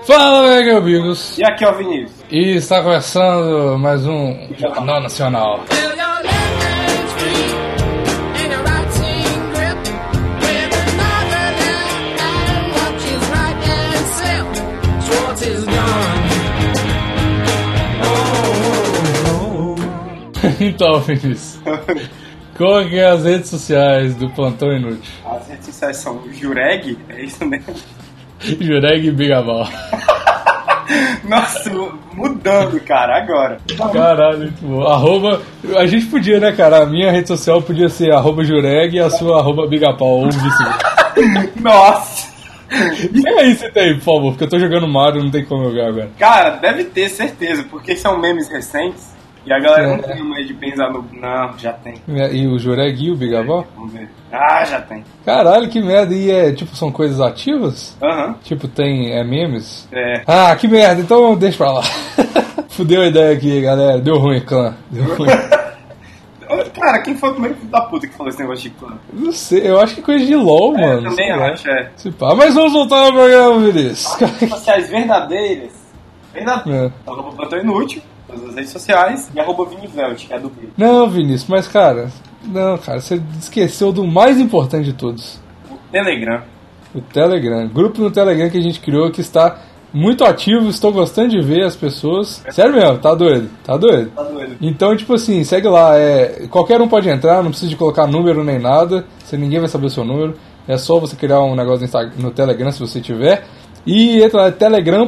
Fala, meus amigos! E aqui é o Vinícius. E está começando mais um Jornal Nacional. Então, Vinícius, qual que é as redes sociais do Plantão Inútil? As redes sociais são Jureg, é isso mesmo? Jureg e Bigabal. Nossa, mudando, cara, agora. Caralho, muito bom. Arroba, a gente podia, né, cara? A minha rede social podia ser @Jureg e a sua @Bigapau, ou vice-versa. Nossa! E aí você tem, por favor, porque eu tô jogando Mario, não tem como jogar agora. Cara, deve ter, certeza, porque são memes recentes e a galera não tem mais de pensar no... Não, já tem. E o Jureg e o Bigabal? Vamos ver. Ah, já tem. Caralho, que merda. E tipo, são coisas ativas? Aham. Tipo, tem memes? É. Ah, que merda, então deixa pra lá. Fudeu a ideia aqui, galera. Deu ruim, clã. Deu ruim. Cara, quem foi o primeiro filho da puta que falou esse negócio de clã? Não sei, eu acho que coisa de LOL, mano. Eu também acho, é. Se pá. Mas vamos voltar ao programa, Vinícius. Redes sociais verdadeiras. Arroba Plantão Inútil, todas as redes sociais. E @Vinivelt, que é do Rio. Não, Vinícius, mas cara... Não, cara, você esqueceu do mais importante de todos. O Telegram. O Telegram. Grupo no Telegram que a gente criou que está muito ativo. Estou gostando de ver as pessoas. Sério mesmo, tá doido. Tá doido. Tá doido. Então, tipo assim, segue lá. Qualquer um pode entrar, não precisa de colocar número nem nada. Ninguém vai saber o seu número. É só você criar um negócio no Telegram se você tiver. E entra lá,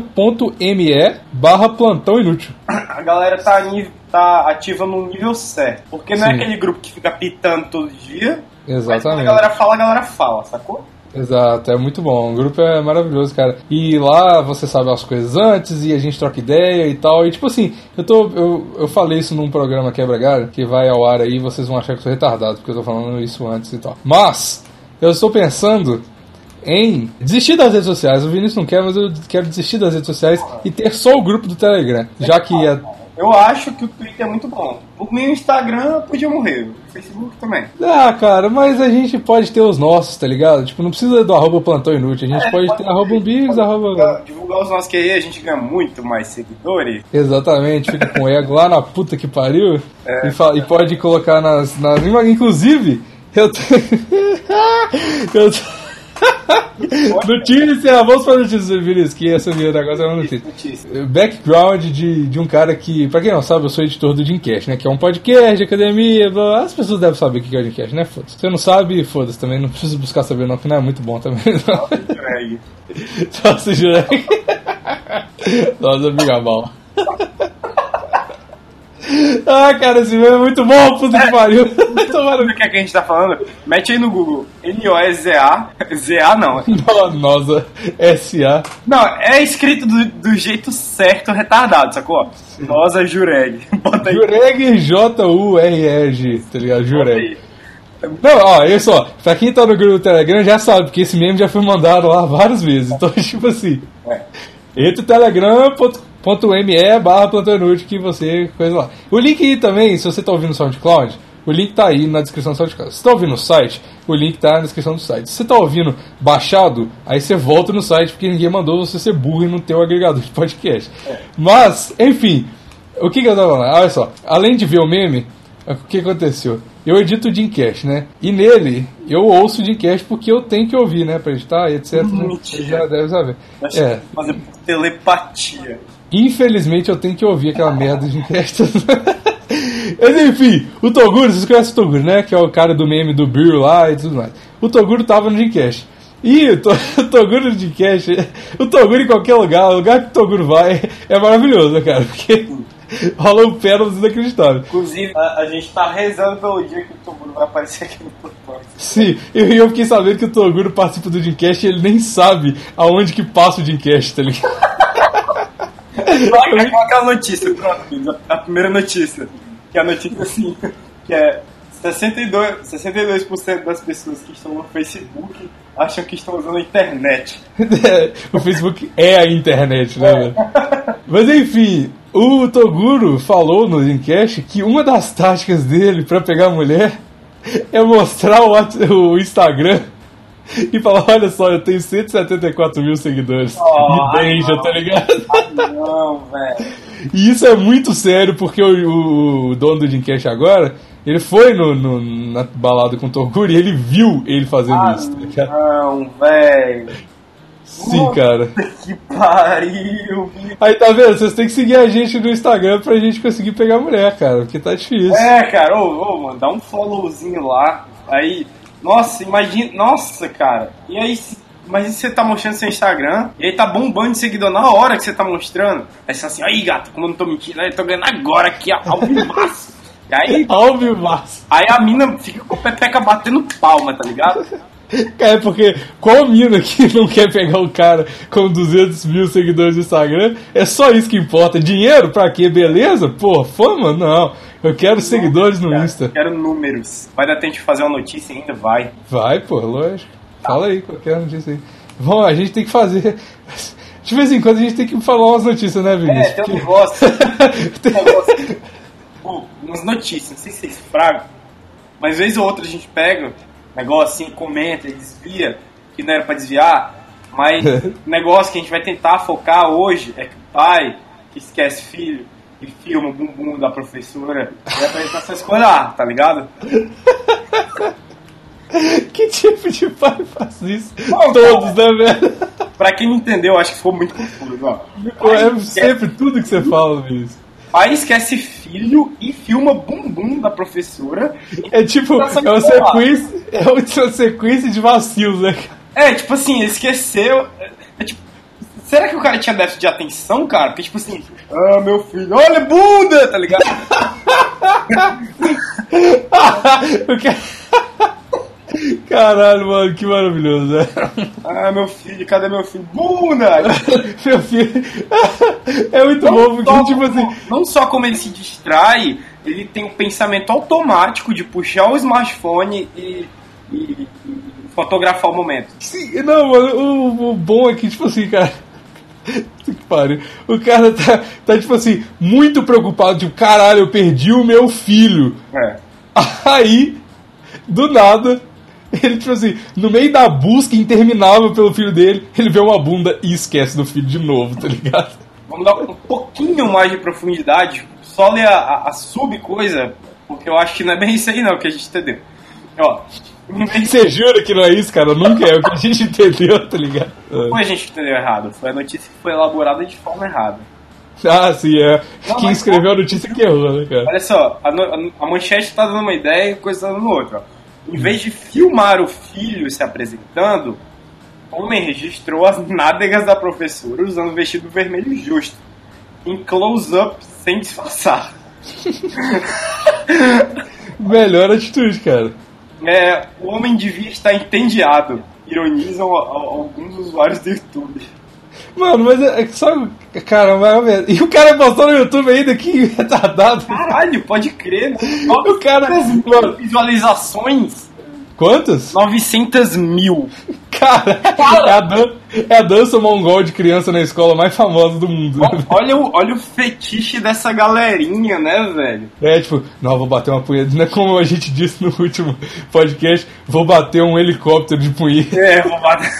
telegram.me/plantão inútil. A galera tá ativa no nível certo. Porque não é aquele grupo que fica pitando todo dia. Exatamente. Mas quando a galera fala, sacou? Exato, é muito bom. O grupo é maravilhoso, cara. E lá você sabe as coisas antes e a gente troca ideia e tal. E tipo assim, eu falei isso num programa Quebra Galho, que vai ao ar aí, vocês vão achar que eu sou retardado, porque eu tô falando isso antes e tal. Mas, eu estou pensando em desistir das redes sociais. O Vinícius não quer, mas eu quero desistir das redes sociais e ter só o grupo do Telegram. Já que eu acho que o Twitter é muito bom. Por mim, o Instagram podia morrer. O Facebook também. Ah, cara, mas a gente pode ter os nossos, tá ligado? Tipo, não precisa do @Plantão Inútil. A gente pode ter @Umbigos, divulgar os nossos que aí a gente ganha muito mais seguidores. Exatamente, fica com o ego lá na puta que pariu. E pode colocar nas... Inclusive, Notícia, vamos para notícias, Vinícius, que essa minha negócio é uma notícia. Background de um cara que, pra quem não sabe, eu sou editor do Jimcast, né? Que é um podcast de academia. As pessoas devem saber o que é o Jimcast, né? Foda-se. Se você não sabe, foda-se também. Não precisa buscar saber, não, que não é muito bom também. Só se jura. Nossa, Bigabal. Ah, cara, esse meme é muito bom, puta que pariu. O que é que a gente tá falando? Mete aí no Google. NOEZA. ZA não. Nossa, SA. Não, é escrito do jeito certo, retardado, sacou? Nossa, Jureg. Bota aí. Jureg, JUREG, tá ligado? Jureg. Não, ó, olha só. Pra quem tá no grupo do Telegram já sabe, porque esse meme já foi mandado lá várias vezes. Então, tipo assim. Entra o telegram.me/plantão inútil que você coisa lá. O link aí também, se você tá ouvindo no SoundCloud, o link tá aí na descrição do SoundCloud. Se você tá ouvindo no site, o link tá na descrição do site. Se você tá ouvindo baixado, aí você volta no site porque ninguém mandou você ser burro e não ter o agregador de podcast. Mas, enfim, o que eu tava falando? Olha só, além de ver o meme, o que aconteceu? Eu edito o Jimcast, né? E nele, eu ouço o Jimcast porque eu tenho que ouvir, né? Pra editar e etc. Você já deve saber. Fazer telepatia. Infelizmente eu tenho que ouvir aquela merda de Jimcast. Mas enfim, o Toguro, vocês conhecem o Toguro, né? Que é o cara do meme do Beer lá e tudo mais. O Toguro tava no Jimcast. E o Toguro no Jimcast, o Toguro em qualquer lugar, o lugar que o Toguro vai é maravilhoso, né, cara? Porque rolam pérolas inacreditáveis. Inclusive, a gente tá rezando pelo dia que o Toguro vai aparecer aqui no podcast. Sim, eu fiquei sabendo que o Toguro participa do Jimcast e ele nem sabe aonde que passa o Jimcast, tá ligado? Qual é aquela notícia? Pronto, a primeira notícia. Que é a notícia assim, que é 62% das pessoas que estão no Facebook acham que estão usando a internet. O Facebook é a internet, né? Mas enfim, o Toguro falou no Dreamcast que uma das táticas dele pra pegar a mulher é mostrar o Instagram e falar, olha só, eu tenho 174 mil seguidores. Me beija, tá ligado? Não, velho. E isso é muito sério, porque o dono do Dreamcast agora, ele foi na balada com o Toguro e ele viu ele fazendo isso, tá ligado? Não, velho. Sim, cara. Que pariu, bicho. Aí tá vendo? Vocês têm que seguir a gente no Instagram pra gente conseguir pegar mulher, cara, porque tá difícil. Cara, mano, dá um followzinho lá. Aí, nossa, imagina. Nossa, cara. E aí, imagina você tá mostrando seu Instagram e aí tá bombando de seguidor na hora que você tá mostrando. Aí você fala assim, aí gato, como eu não tô mentindo, eu tô ganhando agora aqui, ao vivaço. E aí, ao vivaço. Aí a mina fica com a pepeca batendo palma, tá ligado? É, porque qual mina que não quer pegar um cara com 200 mil seguidores no Instagram? É só isso que importa. Dinheiro pra quê? Beleza? Pô, fama? Não. Eu quero seguidores no Insta. Eu quero números. Vai dar tempo de fazer uma notícia ainda? Vai. Vai, pô, lógico. Fala aí, qualquer notícia aí. Bom, a gente tem que fazer... De vez em quando a gente tem que falar umas notícias, né, Vinícius? Tem um negócio. Tem um negócio. Pô, umas notícias, não sei se vocês fragam, mas vez ou outra a gente pega negócio assim, comenta e desvia, que não era pra desviar, mas o negócio que a gente vai tentar focar hoje é que o pai que esquece filho e filma o bumbum da professora e apresenta essa escola, tá ligado? Que tipo de pai faz isso? Todos, né, velho? Pra quem não entendeu, acho que ficou muito confuso, ó. É sempre tudo que você fala, Vinícius. Pai esquece filho e filma bumbum da professora. É tipo, é uma sequência de vacilos, né? Tipo assim, ele esqueceu. Tipo, será que o cara tinha déficit de atenção, cara? Porque tipo assim, meu filho, olha a bunda, tá ligado? Caralho, mano, que maravilhoso, né? Meu filho, cadê meu filho? Bunda! Meu filho. É muito bom, porque, tipo assim. Não só como ele se distrai, ele tem um pensamento automático de puxar o smartphone e fotografar o momento. Sim, não, mano, o bom é que, tipo assim, cara. Que pariu. O cara tá, tipo assim, muito preocupado, tipo, caralho, eu perdi o meu filho. Aí, do nada. Ele, tipo assim, no meio da busca interminável pelo filho dele, ele vê uma bunda e esquece do filho de novo, tá ligado? Vamos dar um pouquinho mais de profundidade, só ler a sub-coisa, porque eu acho que não é bem isso aí não que a gente entendeu. Ó, você jura que não é isso, cara? Nunca é o que a gente entendeu, tá ligado? Foi a gente que entendeu errado, foi a notícia que foi elaborada de forma errada. Ah, sim, é. Quem escreveu a notícia que errou, né, cara? Olha só, a manchete tá dando uma ideia e a coisa tá dando outra, ó. Em vez de filmar o filho se apresentando, o homem registrou as nádegas da professora usando o vestido vermelho justo, em close-up, sem disfarçar. Melhor atitude, cara. O homem devia estar entediado, ironizam alguns usuários do YouTube. Mano, mas só. Caramba, e o cara postou no YouTube ainda, que retardado. Caralho, pode crer. O cara. Mano, visualizações. Quantas? 900 mil. Cara, é a dança mongol de criança na escola mais famosa do mundo. Olha o fetiche dessa galerinha, né, velho? Tipo, não, vou bater uma punheta. Não é como a gente disse no último podcast, vou bater um helicóptero de punheta. Vou bater.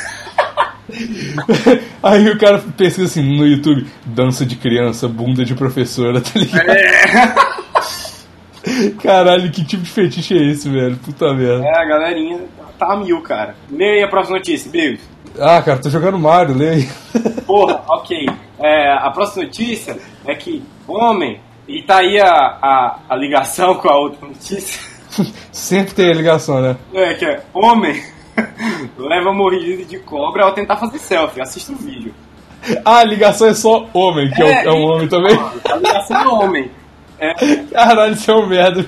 Aí o cara pesquisa assim no YouTube, dança de criança, bunda de professora, tá ligado? Caralho, que tipo de fetiche é esse, velho? Puta merda. A galerinha tá a mil, cara. Lê aí a próxima notícia, Bigos. Cara, tô jogando Mario, lê aí. Porra, ok. A próxima notícia é que homem, e tá aí a ligação com a outra notícia. Sempre tem a ligação, né? Que é homem leva mordida de cobra ao tentar fazer selfie. Assista o vídeo. A ligação é só homem, que é um homem também? A ligação é homem. Caralho, isso é um merda.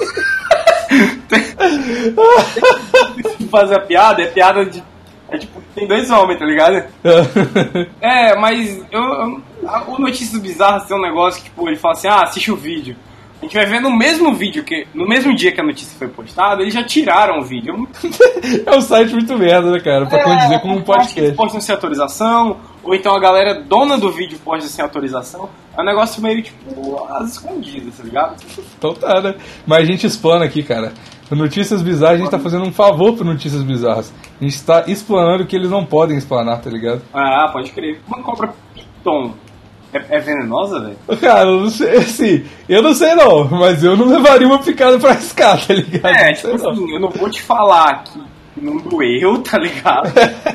Fazer a piada, é piada de... tipo, tem dois homens, tá ligado? Mas o Notícias Bizarras tem um negócio que, tipo, ele fala assim, assiste o vídeo. A gente vai ver no mesmo vídeo, no mesmo dia que a notícia foi postada, eles já tiraram o vídeo. É um site muito merda, né, cara? Pra condizer como um podcast. Postam sem autorização, ou então a galera dona do vídeo posta sem autorização. É um negócio meio, tipo, às escondidas, tá ligado? Então tá, né? Mas a gente explana aqui, cara. O Notícias Bizarras, a gente tá fazendo um favor pro Notícias Bizarras. A gente tá explanando que eles não podem explanar, tá ligado? Ah, pode crer. Uma cobra piton é venenosa, velho? Cara, eu não sei, assim, eu não sei não, mas eu não levaria uma picada pra arriscar, tá ligado? É, tipo assim, eu não vou te falar que não doeu, tá ligado?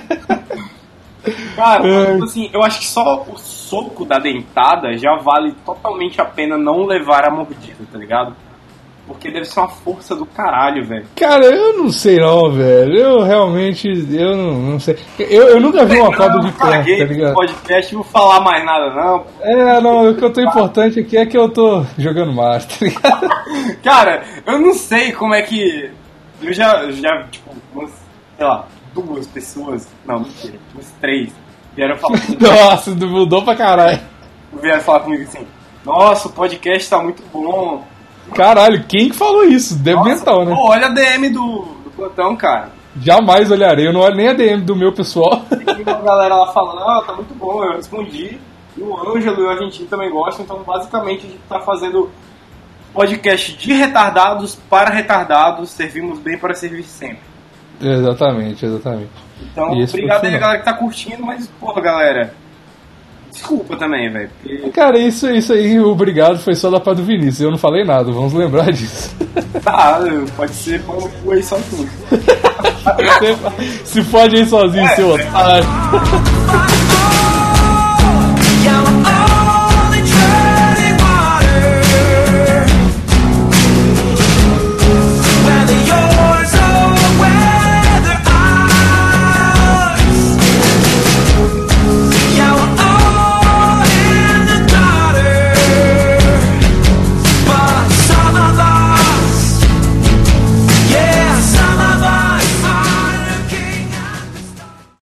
Cara, tipo assim, eu acho que só o soco da dentada já vale totalmente a pena não levar a mordida, tá ligado? Porque deve ser uma força do caralho, velho. Cara, eu não sei não, velho. Eu realmente, eu não sei. Eu nunca vi uma cobra de perto, tá ligado? Podcast, não vou falar mais nada, não. Não, o que eu tô importante aqui é que eu tô jogando Mario, tá ligado? Cara, eu não sei como é que... Eu já tipo, sei lá, 2 pessoas... Não, mentira, uns 3 vieram falar comigo. Nossa, mudou pra caralho. Vieram falar comigo assim, nossa, o podcast tá muito bom. Caralho, quem que falou isso? DM mental, né? Pô, olha a DM do plantão, cara. Jamais olharei, eu não olho nem a DM do meu pessoal. Tem uma galera lá falando, tá muito bom, eu respondi. E o Ângelo e o Argentino também gostam, então basicamente a gente tá fazendo podcast de retardados para retardados, servimos bem para servir sempre. Exatamente. Então, obrigado aí a galera que tá curtindo, mas, porra, galera, desculpa também, velho. Porque... Cara, isso aí, obrigado, foi só da parte do Vinícius. Eu não falei nada, vamos lembrar disso. Tá, pode ser bom aí sozinho. Se pode ir sozinho, seu otário.